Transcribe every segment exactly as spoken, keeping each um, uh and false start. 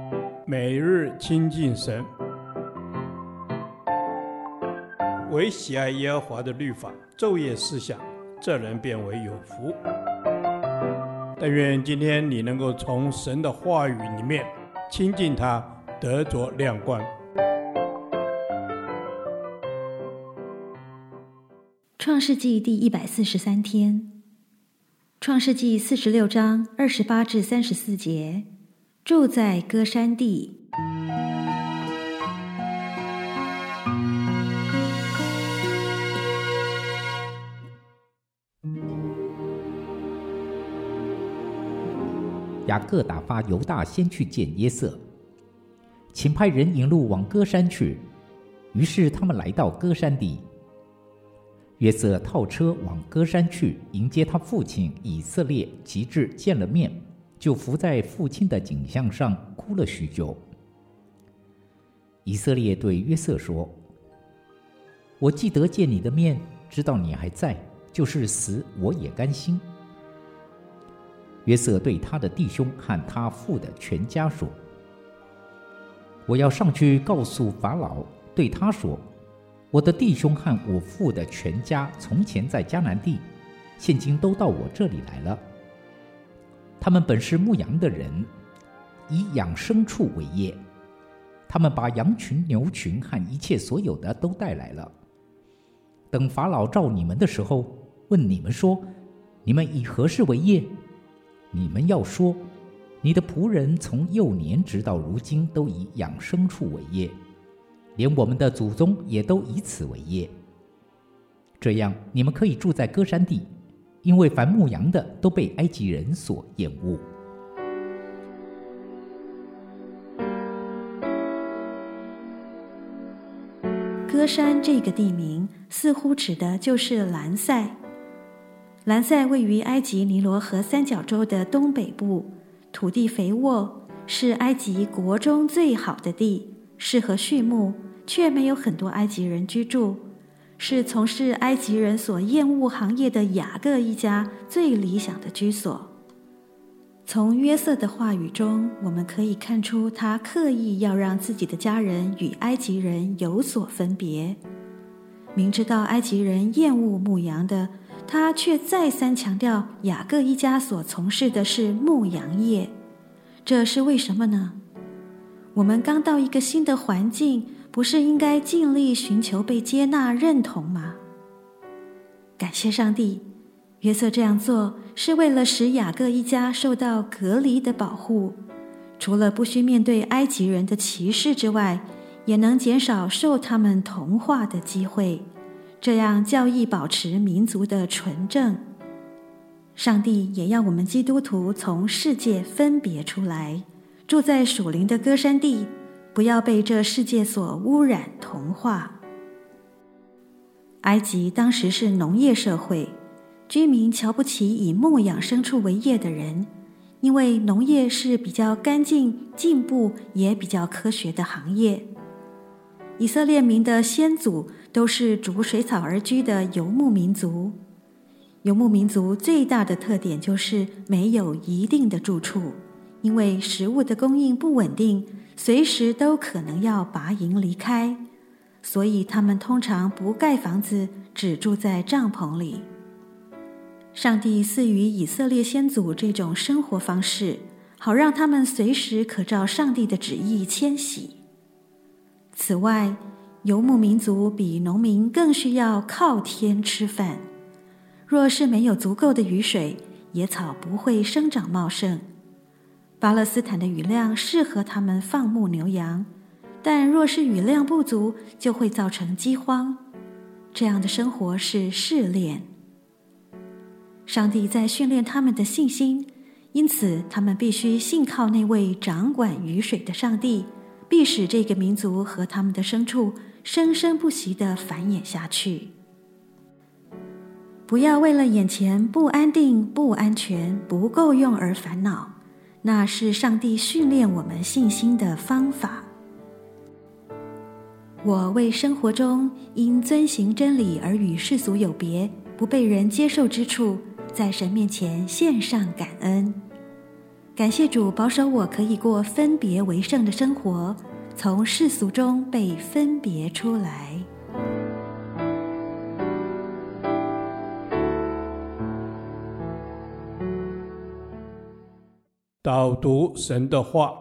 每日亲近神，唯喜爱耶和华的律法，昼夜思想，这人变为有福。但愿今天你能够从神的话语里面亲近他，得着亮光。 创世纪第一百四十三天，创世纪四十六章二十八至三十四节，住在歌珊地。 雅各打发犹大先去见耶瑟，请派人引路往歌珊去。于是他们来到歌珊地。约瑟套车往歌珊去迎接他父亲以色列，及至见了面，就伏在父亲的颈项上哭了许久。以色列对约瑟说：我既得见你的面，知道你还在，就是死我也甘心。约瑟对他的弟兄和他父的全家说：我要上去告诉法老，对他说，我的弟兄和我父的全家从前在迦南地，现今都到我这里来了。他们本是牧羊的人，以养牲畜为业。他们把羊群、牛群和一切所有的都带来了。等法老召你们的时候，问你们说，你们以何事为业？你们要说，你的仆人从幼年直到如今都以养牲畜为业，连我们的祖宗也都以此为业。这样你们可以住在歌珊地，因为凡牧羊的都被埃及人所厌恶。 歌珊这个地名似乎指的就是兰塞。兰塞位于埃及尼罗河三角洲的东北部，土地肥沃，是埃及国中最好的地，适合畜牧，却没有很多埃及人居住，是从事埃及人所厌恶行业的雅各一家最理想的居所。从约瑟的话语中，我们可以看出他刻意要让自己的家人与埃及人有所分别。明知道埃及人厌恶牧羊的，他却再三强调雅各一家所从事的是牧羊业。这是为什么呢？我们刚到一个新的环境，不是应该尽力寻求被接纳认同吗？感谢上帝，约瑟这样做是为了使雅各一家受到隔离的保护，除了不需面对埃及人的歧视之外，也能减少受他们同化的机会，这样教义保持民族的纯正。上帝也要我们基督徒从世界分别出来，住在属灵的歌珊地，不要被这世界所污染同化。埃及当时是农业社会，居民瞧不起以牧养牲畜为业的人，因为农业是比较干净、进步也比较科学的行业。以色列民的先祖都是逐水草而居的游牧民族。游牧民族最大的特点就是没有一定的住处，因为食物的供应不稳定，随时都可能要拔营离开，所以他们通常不盖房子，只住在帐篷里。上帝赐予以色列先祖这种生活方式，好让他们随时可照上帝的旨意迁徙。此外，游牧民族比农民更需要靠天吃饭。若是没有足够的雨水，野草不会生长茂盛。巴勒斯坦的雨量适合他们放牧牛羊，但若是雨量不足，就会造成饥荒。这样的生活是试炼。上帝在训练他们的信心，因此他们必须信靠那位掌管雨水的上帝，必使这个民族和他们的牲畜生生不息地繁衍下去。不要为了眼前不安定、不安全、不够用而烦恼，那是上帝训练我们信心的方法。我为生活中因遵行真理而与世俗有别，不被人接受之处，在神面前献上感恩。 感谢主保守我可以过分别为圣的生活，从世俗中被分别出来。 导读神的话。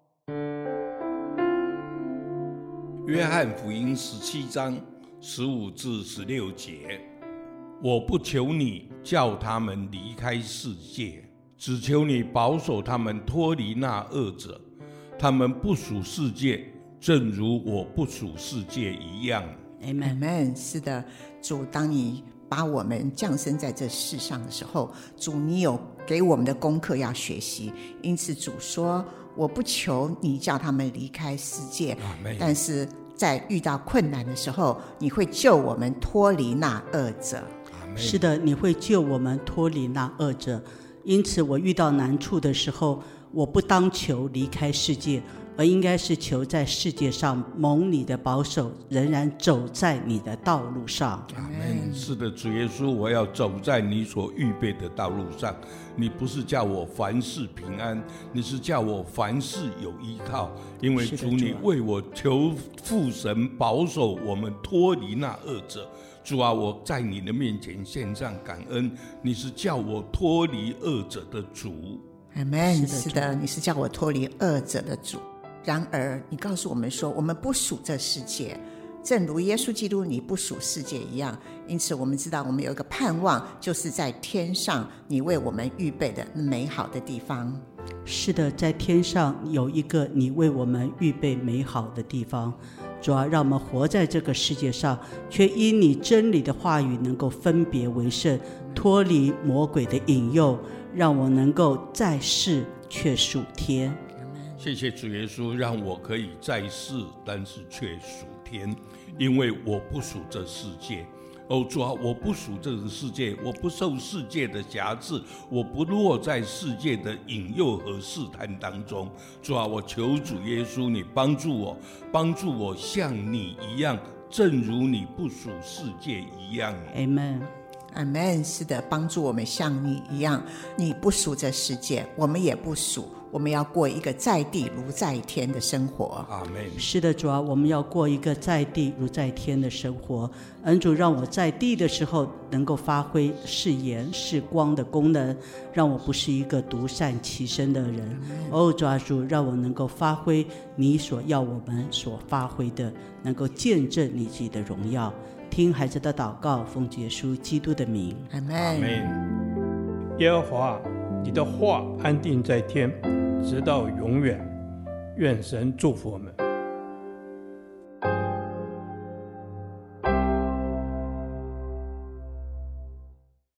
约翰福音十七章十五至十六节，我不求你叫他们离开世界，只求你保守他们脱离那恶者。他们不属世界，正如我不属世界一样。 Amen。 是的，主，当你把我们降生在这世上的时候，主，你有给我们的功课要学习，因此主说我不求你叫他们离开世界，但是在遇到困难的时候，你会救我们脱离那恶者。 是的，你会救我们脱离那恶者。因此我遇到难处的时候，我不当求离开世界，而应该是求在世界上蒙你的保守，仍然走在你的道路上。 阿们。是的，主耶稣，我要走在你所预备的道路上。你不是叫我凡事平安，你是叫我凡事有依靠。因为主，你为我求父神保守我们脱离那恶者。主啊，我在你的面前献上感恩，你是叫我脱离恶者的主。 阿们。是的，你是叫我脱离恶者的主。然而你告诉我们说，我们不属这世界，正如耶稣基督你不属世界一样。因此我们知道我们有一个盼望，就是在天上你为我们预备的美好的地方。 是的，在天上有一个你为我们预备美好的地方。主啊，让我们活在这个世界上，却因你真理的话语能够分别为圣，脱离魔鬼的引诱，让我能够在世却属天。 谢谢主耶稣，让我可以在世，但是却属天，因为我不属这世界。哦，主啊，我不属这个世界，我不受世界的辖制，我不落在世界的引诱和试探当中。主啊，我求主耶稣，你帮助我，帮助我像你一样，正如你不属世界一样。 Amen。 Amen。 是的，帮助我们像你一样，你不属这世界，我们也不属，我们要过一个在地如在天的生活。 阿们。 是的，主啊，我们要过一个在地如在天的生活。恩主，让我在地的时候能够发挥是盐是光的功能，让我不是一个独善其身的人。哦，主啊，主，让我能够发挥你所要我们所发挥的，能够见证你自己的荣耀。听孩子的祷告，奉耶稣基督的名。 阿们。 阿们。 耶和华，你的话安定在天，直到永远。愿神祝福我们。